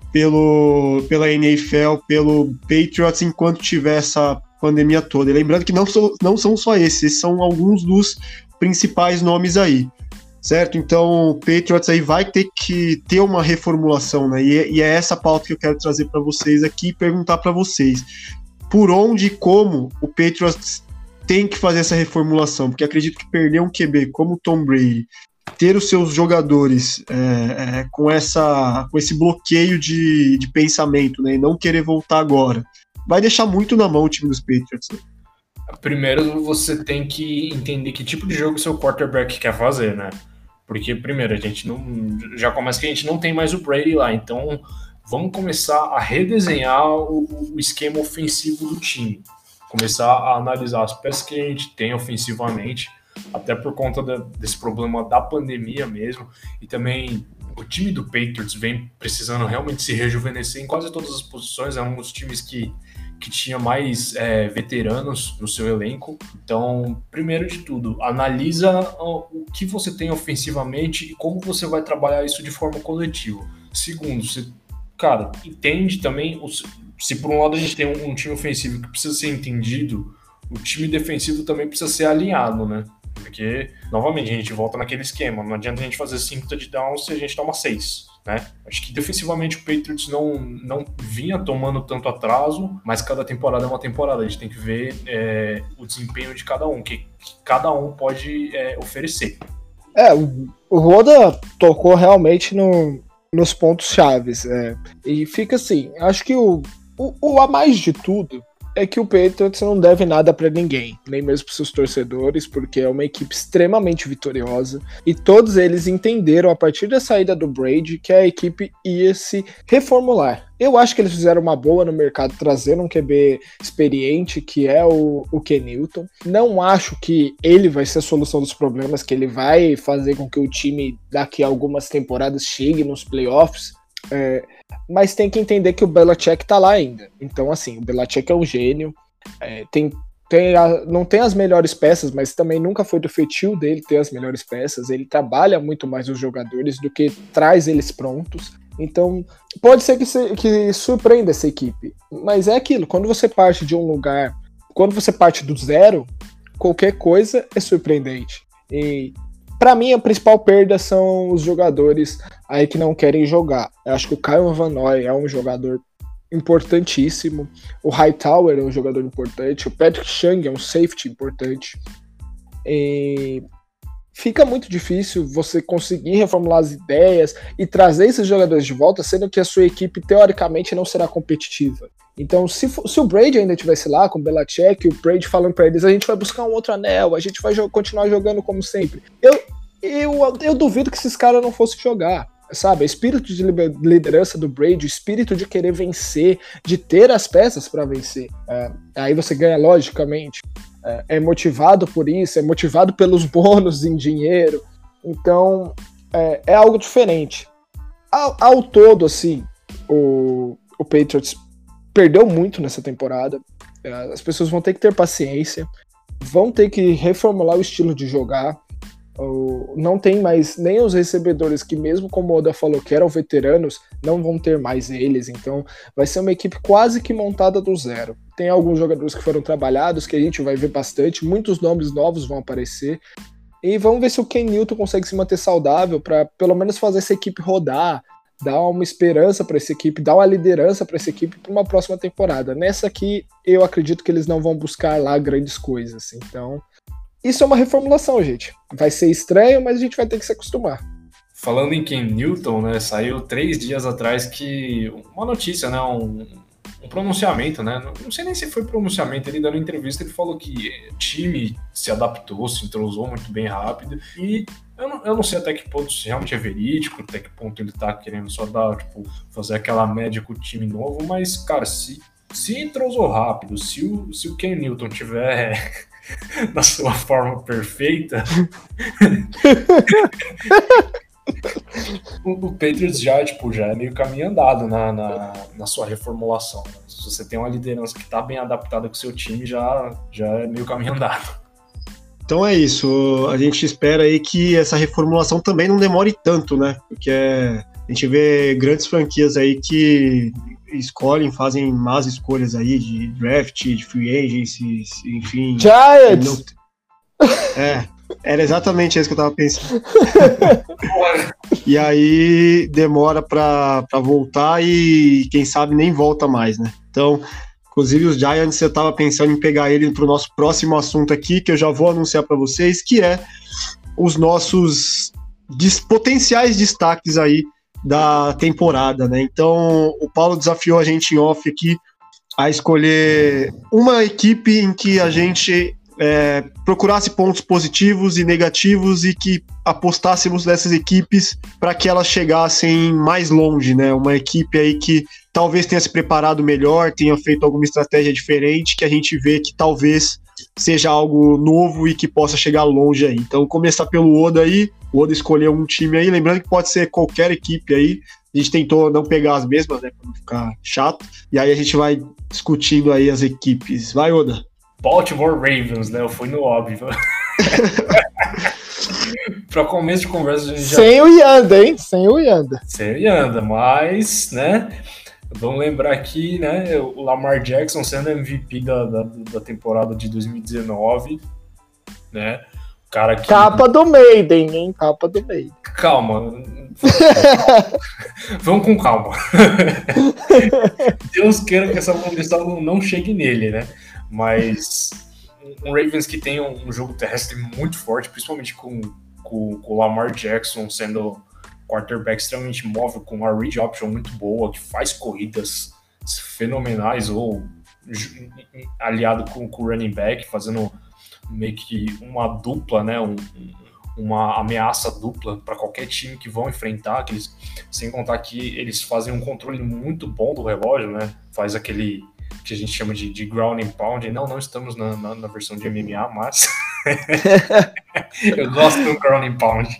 Speaker 1: Pelo, pela N F L, pelo Patriots, enquanto tiver essa pandemia toda. E lembrando que não, so, não são só esses, esses são alguns dos principais nomes aí, certo? Então o Patriots aí vai ter que ter uma reformulação, né? E, e é essa pauta que eu quero trazer para vocês aqui e perguntar para vocês por onde e como o Patriots tem que fazer essa reformulação, porque acredito que perder um Q B como o Tom Brady, ter os seus jogadores é, é, com, essa, com esse bloqueio de, de pensamento, né, e não querer voltar agora, vai deixar muito na mão o time dos Patriots. Né?
Speaker 2: Primeiro, você tem que entender que tipo de jogo seu quarterback quer fazer, né? Porque, primeiro, a gente não... Já começa que a gente não tem mais o Brady lá, então vamos começar a redesenhar o, o esquema ofensivo do time. Começar a analisar as peças que a gente tem ofensivamente, até por conta da, desse problema da pandemia mesmo, e também o time do Patriots vem precisando realmente se rejuvenescer em quase todas as posições, é um dos times que, que tinha mais é, veteranos no seu elenco. Então, primeiro de tudo, analisa o que você tem ofensivamente e como você vai trabalhar isso de forma coletiva. Segundo, você, cara, entende também, os, se por um lado a gente tem um, um time ofensivo que precisa ser entendido, o time defensivo também precisa ser alinhado, né? Porque, novamente, a gente volta naquele esquema. Não adianta a gente fazer cinco touchdowns se a gente toma seis, né? Acho que defensivamente o Patriots não, não vinha tomando tanto atraso, mas cada temporada é uma temporada. A gente tem que ver é, o desempenho de cada um, que, que cada um pode é, oferecer.
Speaker 3: É, o, o Roda tocou realmente no, nos pontos chaves. É, e fica assim, acho que o, o, o a mais de tudo é que o Patriots não deve nada pra ninguém, nem mesmo pros seus torcedores, porque é uma equipe extremamente vitoriosa, e todos eles entenderam a partir da saída do Brady que a equipe ia se reformular. Eu acho que eles fizeram uma boa no mercado, trazendo um Q B experiente, que é o, o Ken Newton. Não acho que ele vai ser a solução dos problemas, que ele vai fazer com que o time daqui a algumas temporadas chegue nos playoffs, é, mas tem que entender que o Belichick tá lá ainda. Então, assim, o Belichick é um gênio, é, tem, tem a, não tem as melhores peças, mas também nunca foi do feitio dele ter as melhores peças. Ele trabalha muito mais os jogadores do que traz eles prontos. Então, pode ser que, se, que surpreenda essa equipe, mas é aquilo, quando você parte de um lugar, quando você parte do zero, qualquer coisa é surpreendente. E pra mim, a principal perda são os jogadores aí que não querem jogar. Eu acho que o Kyle Van Noy é um jogador importantíssimo. O Hightower é um jogador importante. O Patrick Chang é um safety importante. E fica muito difícil você conseguir reformular as ideias e trazer esses jogadores de volta, sendo que a sua equipe, teoricamente, não será competitiva. Então, se, se o Brady ainda estivesse lá com o Belichick, o Brady falando para eles, a gente vai buscar um outro anel, a gente vai jo- continuar jogando como sempre. Eu, eu, eu duvido que esses caras não fossem jogar, sabe? O espírito de liderança do Brady, o espírito de querer vencer, de ter as peças para vencer. É, aí você ganha logicamente. É, é motivado por isso, é motivado pelos bônus em dinheiro. Então, é, é algo diferente. Ao, ao todo, assim, o, o Patriots perdeu muito nessa temporada. As pessoas vão ter que ter paciência, vão ter que reformular o estilo de jogar. Não tem mais nem os recebedores que, mesmo como o Oda falou, que eram veteranos, não vão ter mais eles. Então vai ser uma equipe quase que montada do zero. Tem alguns jogadores que foram trabalhados, que a gente vai ver bastante, muitos nomes novos vão aparecer. E vamos ver se o Ken Newton consegue se manter saudável para pelo menos fazer essa equipe rodar, dar uma esperança para essa equipe, dar uma liderança para essa equipe para uma próxima temporada. Nessa aqui, eu acredito que eles não vão buscar lá grandes coisas. Então, isso é uma reformulação, gente. Vai ser estranho, mas a gente vai ter que se acostumar.
Speaker 2: Falando em Cam Newton, né, saiu três dias atrás que uma notícia, né, um, um pronunciamento, né, não sei nem se foi pronunciamento, ele dando entrevista, ele falou que o time se adaptou, se entrosou muito bem rápido, e eu não, eu não sei até que ponto isso realmente é verídico, até que ponto ele tá querendo só dar, tipo, fazer aquela média com o time novo, mas, cara, se, se entrosou rápido, se o, se o Cam Newton tiver na sua forma perfeita... O, o Patriots já, tipo, já é meio caminho andado na, na, na sua reformulação. Se você tem uma liderança que está bem adaptada com o seu time, já, já é meio caminho andado.
Speaker 1: Então é isso. A gente espera aí que essa reformulação também não demore tanto, né? Porque a gente vê grandes franquias aí que escolhem, fazem más escolhas aí de draft, de free agency, enfim.
Speaker 3: Giants!
Speaker 1: Não... É. Era exatamente isso que eu tava pensando. E aí demora pra, pra voltar e quem sabe nem volta mais, né? Então, inclusive os Giants, eu tava pensando em pegar ele pro nosso próximo assunto aqui, que eu já vou anunciar pra vocês, que é os nossos des- potenciais destaques aí da temporada, né? Então, o Paulo desafiou a gente em off aqui a escolher uma equipe em que a gente... É, procurasse pontos positivos e negativos e que apostássemos nessas equipes para que elas chegassem mais longe, né? Uma equipe aí que talvez tenha se preparado melhor, tenha feito alguma estratégia diferente, que a gente vê que talvez seja algo novo e que possa chegar longe aí. Então, começar pelo Oda aí, o Oda escolheu um time aí, lembrando que pode ser qualquer equipe aí, a gente tentou não pegar as mesmas, né, para não ficar chato, e aí a gente vai discutindo aí as equipes. Vai, Oda!
Speaker 2: Baltimore Ravens, né? Eu fui no óbvio. Para começo de conversa, a gente já...
Speaker 3: Sem o Yanda, hein? Sem o Yanda.
Speaker 2: Sem o Yanda, mas, né? Vamos lembrar aqui, né? O Lamar Jackson sendo M V P da, da, da temporada de dois mil e dezenove, né? O cara que...
Speaker 3: Capa do Maiden, hein? Capa do Maiden.
Speaker 2: Calma. Vamos com calma. Deus queira que essa condição não chegue nele, né? Mas um Ravens que tem um jogo terrestre muito forte, principalmente com, com, com o Lamar Jackson sendo quarterback extremamente móvel, com uma read option muito boa, que faz corridas fenomenais, ou aliado com, com o running back, fazendo meio que uma dupla, né, um, uma ameaça dupla para qualquer time que vão enfrentar, que eles, sem contar que eles fazem um controle muito bom do relógio, né, faz aquele... que a gente chama de, de ground and pound. Não, não estamos na, na, na versão de M M A, mas eu gosto do ground and pound.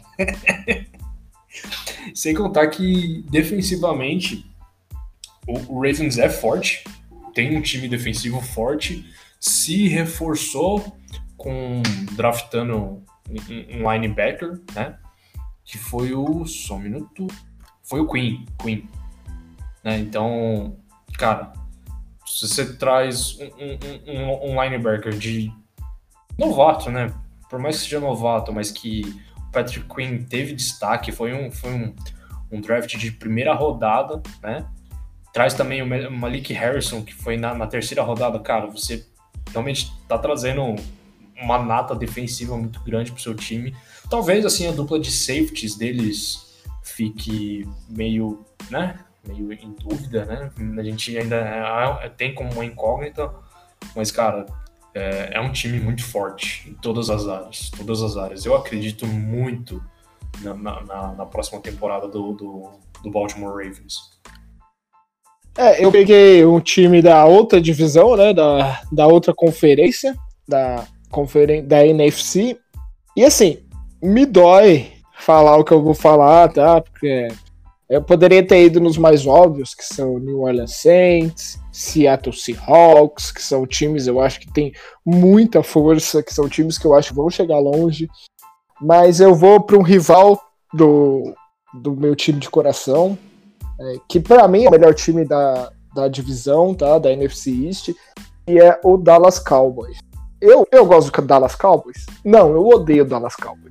Speaker 2: Sem contar que defensivamente o, o Ravens é forte, tem um time defensivo forte, se reforçou com draftando um, um linebacker, né? Que foi o só um minuto, foi o Queen, Queen, né? Então, cara, se você traz um, um, um, um linebacker de novato, né? Por mais que seja novato, mas que o Patrick Queen teve destaque, foi um, foi um, um draft de primeira rodada, né? Traz também o Malik Harrison, que foi na, na terceira rodada. Cara, você realmente tá trazendo uma nata defensiva muito grande pro seu time. Talvez, assim, a dupla de safeties deles fique meio, né? meio em dúvida, né? A gente ainda é, tem como uma incógnita, mas, cara, é, é um time muito forte em todas as áreas, todas as áreas. Eu acredito muito na, na, na próxima temporada do, do, do Baltimore Ravens.
Speaker 3: É, eu peguei um time da outra divisão, né? Da, da outra conferência, da, conferen- da N F C, e assim, me dói falar o que eu vou falar, tá? Porque eu poderia ter ido nos mais óbvios, que são New Orleans Saints, Seattle Seahawks, que são times, eu acho que tem muita força, que são times que eu acho que vão chegar longe. Mas eu vou para um rival do, do meu time de coração, é, que para mim é o melhor time da, da divisão, tá? Da N F C East, e é o Dallas Cowboys. Eu, eu gosto do Dallas Cowboys? Não, eu odeio o Dallas Cowboys.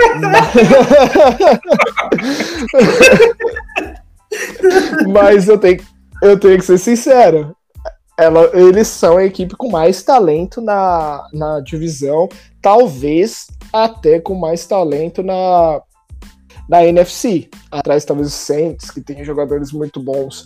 Speaker 3: Mas eu tenho, eu tenho que ser sincero. Ela, eles são a equipe com mais talento na, na divisão. talvez até com mais talento na, na N F C. Atrás talvez os Saints, que tem jogadores muito bons,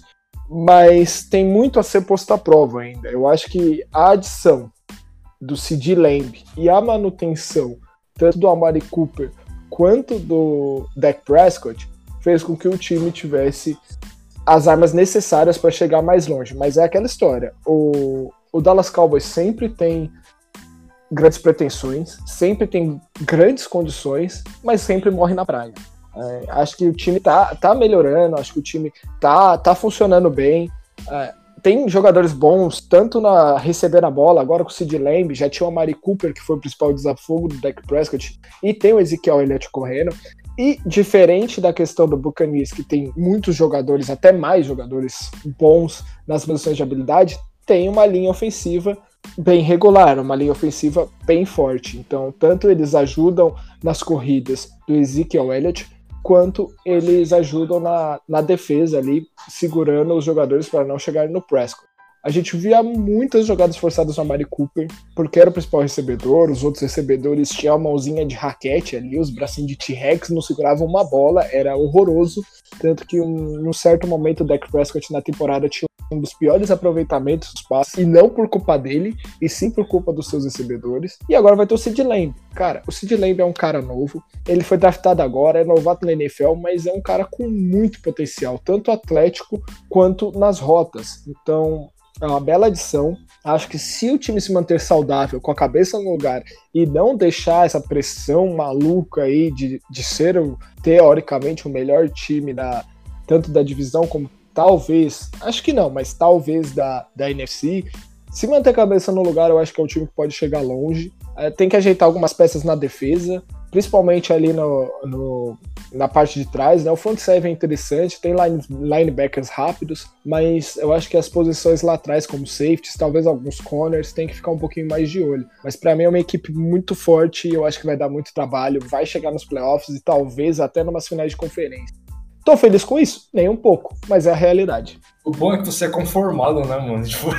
Speaker 3: mas tem muito a ser posto à prova ainda. Eu acho que a adição do CeeDee Lamb e a manutenção tanto do Amari Cooper quanto do Dak Prescott fez com que o time tivesse as armas necessárias para chegar mais longe. Mas é aquela história, o, o Dallas Cowboys sempre tem grandes pretensões, sempre tem grandes condições, mas sempre morre na praia. É, acho que o time tá, tá melhorando, acho que o time tá, tá funcionando bem. É, tem jogadores bons, tanto na receber a bola, agora com o CeeDee Lamb, já tinha o Amari Cooper, que foi o principal desafogo do Dak Prescott, e tem o Ezekiel Elliott correndo. E diferente da questão do Buccaneers, que tem muitos jogadores, até mais jogadores bons nas posições de habilidade, tem uma linha ofensiva bem regular, uma linha ofensiva bem forte. Então, tanto eles ajudam nas corridas do Ezekiel Elliott, quanto eles ajudam na, na defesa ali, segurando os jogadores para não chegarem no Prescott. A gente via muitas jogadas forçadas no Amari Cooper, porque era o principal recebedor, os outros recebedores tinham a mãozinha de raquete ali, os bracinhos de T-Rex não seguravam uma bola, era horroroso, tanto que um, em um certo momento o Dak Prescott na temporada tinha um dos piores aproveitamentos dos passes, e não por culpa dele, e sim por culpa dos seus recebedores. E agora vai ter o CeeDee Lamb. Cara, o CeeDee Lamb é um cara novo, ele foi draftado agora, é novato na N F L, mas é um cara com muito potencial, tanto atlético quanto nas rotas. Então, é uma bela adição. Acho que se o time se manter saudável, com a cabeça no lugar, e não deixar essa pressão maluca aí de, de ser, o, teoricamente, o melhor time da, tanto da divisão como talvez, acho que não, mas talvez da, da N F C, se manter a cabeça no lugar, eu acho que é um time que pode chegar longe. É, tem que ajeitar algumas peças na defesa, principalmente ali no, no, na parte de trás, né? O front seven é interessante, tem line, linebackers rápidos, mas eu acho que as posições lá atrás, como safeties, talvez alguns corners, tem que ficar um pouquinho mais de olho. Mas pra mim é uma equipe muito forte e eu acho que vai dar muito trabalho, vai chegar nos playoffs e talvez até numas finais de conferência. Tô feliz com isso? Nem um pouco, mas é a realidade.
Speaker 2: O bom é que você é conformado, né, mano? Tipo...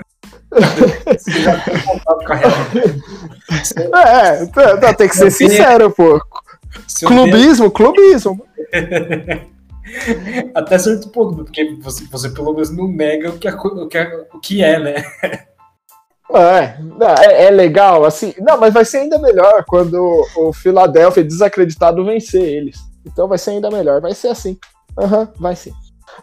Speaker 2: Você já tem contato com a realidade.
Speaker 3: É, tem que ser sincero, pô. Clubismo, clubismo.
Speaker 2: Até certo ponto, porque você, você pelo menos não nega o que é, o que é, o que é, né?
Speaker 3: É, é, é legal, assim. Não, mas vai ser ainda melhor quando o Philadelphia desacreditado vencer eles. Então vai ser ainda melhor, vai ser assim. Aham, uhum, vai ser.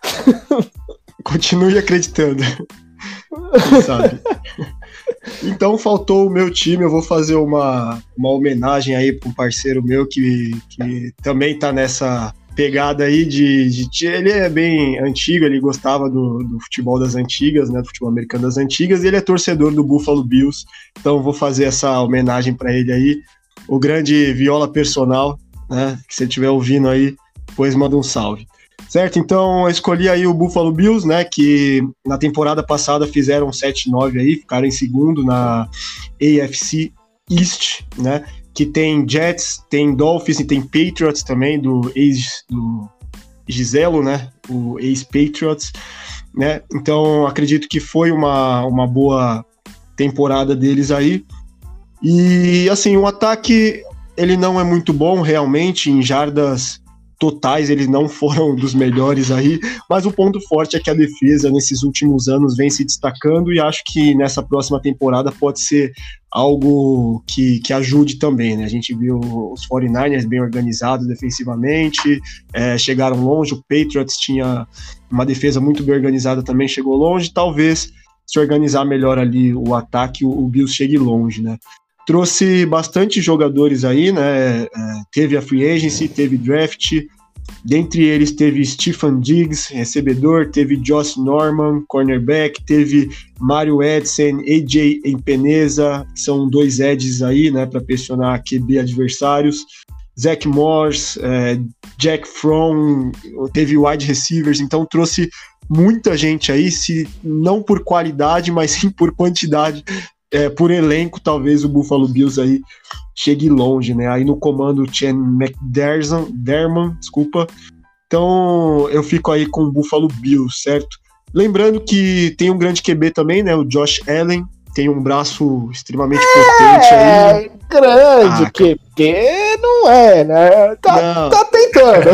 Speaker 1: Continue acreditando. Quem sabe? Então faltou o meu time, eu vou fazer uma, uma homenagem aí para um parceiro meu que, que também tá nessa pegada aí de, de... Ele é bem antigo, ele gostava do, do futebol das antigas, né, do futebol americano das antigas, e ele é torcedor do Buffalo Bills, então eu vou fazer essa homenagem para ele aí, o grande Viola Personal, né, que você estiver ouvindo aí, depois manda um salve. Certo, então eu escolhi aí o Buffalo Bills, né, que na temporada passada fizeram sete nove aí, ficaram em segundo na A F C East, né, que tem Jets, tem Dolphins e tem Patriots também, do ex do Giselo, né, o ex-Patriots, né, então acredito que foi uma, uma boa temporada deles aí, e assim, o ataque, ele não é muito bom realmente, em jardas totais eles não foram dos melhores aí, mas o ponto forte é que a defesa nesses últimos anos vem se destacando e acho que nessa próxima temporada pode ser algo que, que ajude também, né? A gente viu os forty-niners bem organizados defensivamente, é, chegaram longe, o Patriots tinha uma defesa muito bem organizada também, chegou longe, talvez se organizar melhor ali o ataque, o, o Bills chegue longe, né? Trouxe bastante jogadores aí, né? É, teve a free agency, teve draft, dentre eles teve Stephen Diggs, recebedor, teve Josh Norman, cornerback, teve Mario Edson, A J Epenesa, que são dois edges aí, né, para pressionar Q B adversários, Zach Morse, é, Jack Fromm, teve wide receivers, então trouxe muita gente aí, se não por qualidade, mas sim por quantidade. É, por elenco, talvez o Buffalo Bills aí chegue longe, né? Aí no comando o Chen McDermott, desculpa. Então eu fico aí com o Buffalo Bills, certo? Lembrando que tem um grande Q B também, né? O Josh Allen, tem um braço extremamente potente
Speaker 3: é,
Speaker 1: aí.
Speaker 3: Grande, ah, que, que não é, né? Tá, não. tá tentando.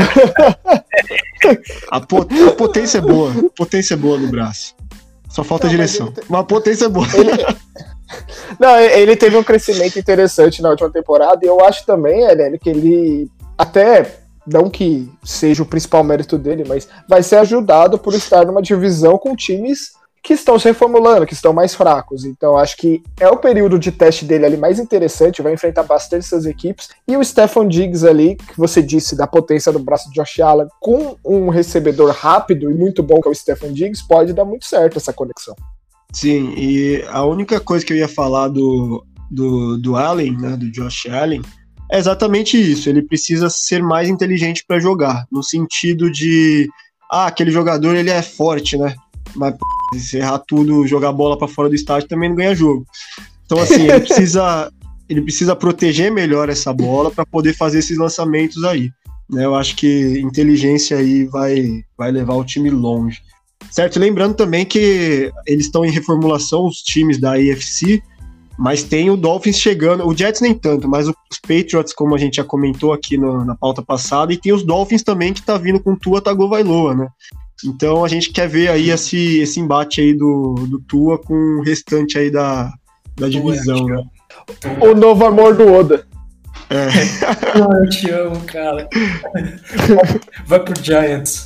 Speaker 1: A, pot, a potência é boa. A potência é boa no braço. Só falta não, direção. Mas, mas a potência é boa.
Speaker 3: Ele... Não, ele teve um crescimento interessante na última temporada, e eu acho também, Helene, que ele até, não que seja o principal mérito dele, mas vai ser ajudado por estar numa divisão com times que estão se reformulando, que estão mais fracos. Então acho que é o período de teste dele ali mais interessante, vai enfrentar bastante essas equipes, e o Stefon Diggs ali, que você disse da potência do braço de Josh Allen, com um recebedor rápido e muito bom que é o Stefon Diggs, pode dar muito certo essa conexão.
Speaker 1: Sim, e a única coisa que eu ia falar do, do, do Allen, né, do Josh Allen, é exatamente isso. Ele precisa ser mais inteligente para jogar, no sentido de, ah, aquele jogador ele é forte, né, mas p... se errar tudo, jogar bola para fora do estádio também não ganha jogo. Então assim, ele precisa, ele precisa proteger melhor essa bola para poder fazer esses lançamentos aí, né? Eu acho que inteligência aí vai, vai levar o time longe. Certo, lembrando também que eles estão em reformulação, os times da A F C, mas tem o Dolphins chegando, o Jets nem tanto, mas os Patriots, como a gente já comentou aqui no, na pauta passada, e tem os Dolphins também que tá vindo com Tua Tagovailoa, né? Então a gente quer ver aí esse, esse embate aí do, do Tua com o restante aí da, da divisão, né?
Speaker 3: O novo amor do Oda.
Speaker 2: É. Eu te amo, cara. Vai pro Giants.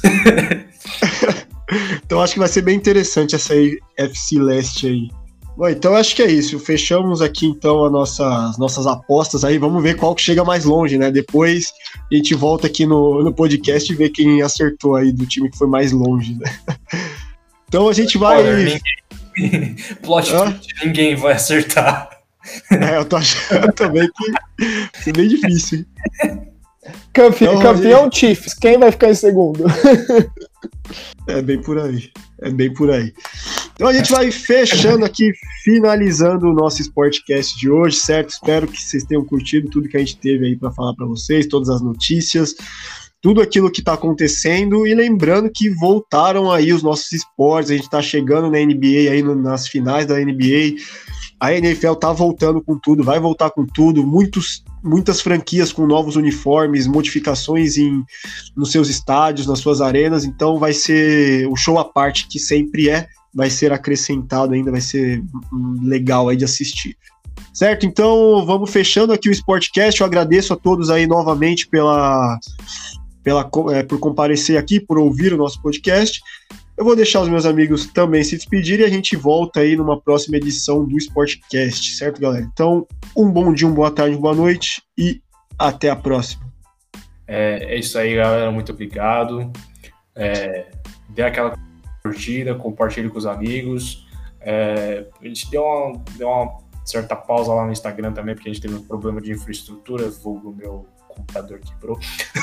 Speaker 1: Então acho que vai ser bem interessante essa F C Leste aí. Bom, então acho que é isso. Fechamos aqui então a nossa, as nossas apostas aí. Vamos ver qual que chega mais longe, né? Depois a gente volta aqui no, no podcast e vê quem acertou aí do time que foi mais longe, né? Então a gente vai...
Speaker 2: Olha, ninguém... Plot twist, ninguém vai acertar.
Speaker 1: É, eu tô achando também que vai ser bem difícil, hein?
Speaker 3: Campe... Então, campeão gente... Chiefs, quem vai ficar em segundo?
Speaker 1: É bem por aí, é bem por aí. Então a gente vai fechando aqui, finalizando o nosso Sportcast de hoje, certo? Espero que vocês tenham curtido tudo que a gente teve aí para falar para vocês, todas as notícias, tudo aquilo que está acontecendo, e lembrando que voltaram aí os nossos esportes, a gente está chegando na N B A aí no, nas finais da N B A, a N F L tá voltando com tudo, vai voltar com tudo, muitos muitas franquias com novos uniformes, modificações em, nos seus estádios, nas suas arenas, então vai ser o show à parte que sempre é, vai ser acrescentado ainda, vai ser legal aí de assistir. Certo? Então vamos fechando aqui o Sportcast, eu agradeço a todos aí novamente pela, pela, é, por comparecer aqui, por ouvir o nosso podcast. Eu vou deixar os meus amigos também se despedirem e a gente volta aí numa próxima edição do Sportcast, certo, galera? Então, um bom dia, uma boa tarde, uma boa noite e até a próxima.
Speaker 2: É, é isso aí, galera. Muito obrigado. É, dê aquela curtida, compartilhe com os amigos. É, a gente deu uma, deu uma certa pausa lá no Instagram também, porque a gente teve um problema de infraestrutura, vulgo o meu computador quebrou.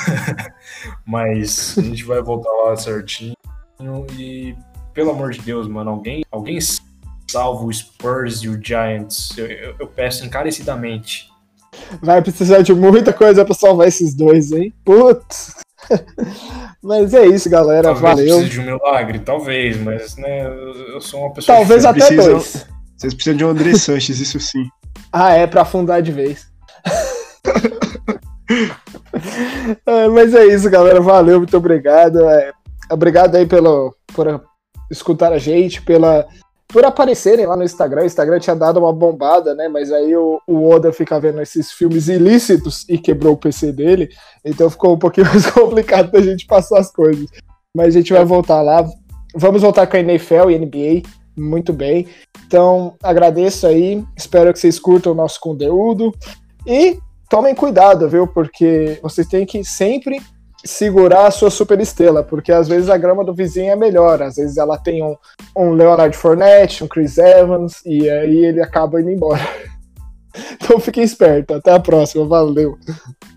Speaker 2: Mas a gente vai voltar lá certinho. E, pelo amor de Deus, mano, alguém, alguém salva o Spurs e o Giants. Eu, eu, eu peço encarecidamente.
Speaker 3: Vai precisar de muita coisa pra salvar esses dois, hein? Putz! Mas é isso, galera.
Speaker 2: Talvez
Speaker 3: valeu.
Speaker 2: Precise de um milagre, talvez, mas né, eu sou uma pessoa.
Speaker 3: Talvez até precisam, dois.
Speaker 1: Vocês precisam de um André Sanches, isso sim.
Speaker 3: Ah, é, pra afundar de vez. É, mas é isso, galera. Valeu, muito obrigado. É, obrigado aí pelo, por escutar a gente, pela, por aparecerem lá no Instagram. O Instagram tinha dado uma bombada, né? Mas aí o, o Oda fica vendo esses filmes ilícitos e quebrou o P C dele. Então ficou um pouquinho mais complicado da gente passar as coisas. Mas a gente vai voltar lá. Vamos voltar com a N F L e N B A. Muito bem. Então, agradeço aí. Espero que vocês curtam o nosso conteúdo. E tomem cuidado, viu? Porque vocês têm que sempre segurar a sua superestrela, porque às vezes a grama do vizinho é melhor, às vezes ela tem um, um Leonard Fournette, um Chris Evans, e aí ele acaba indo embora. Então fiquem espertos, até a próxima, valeu!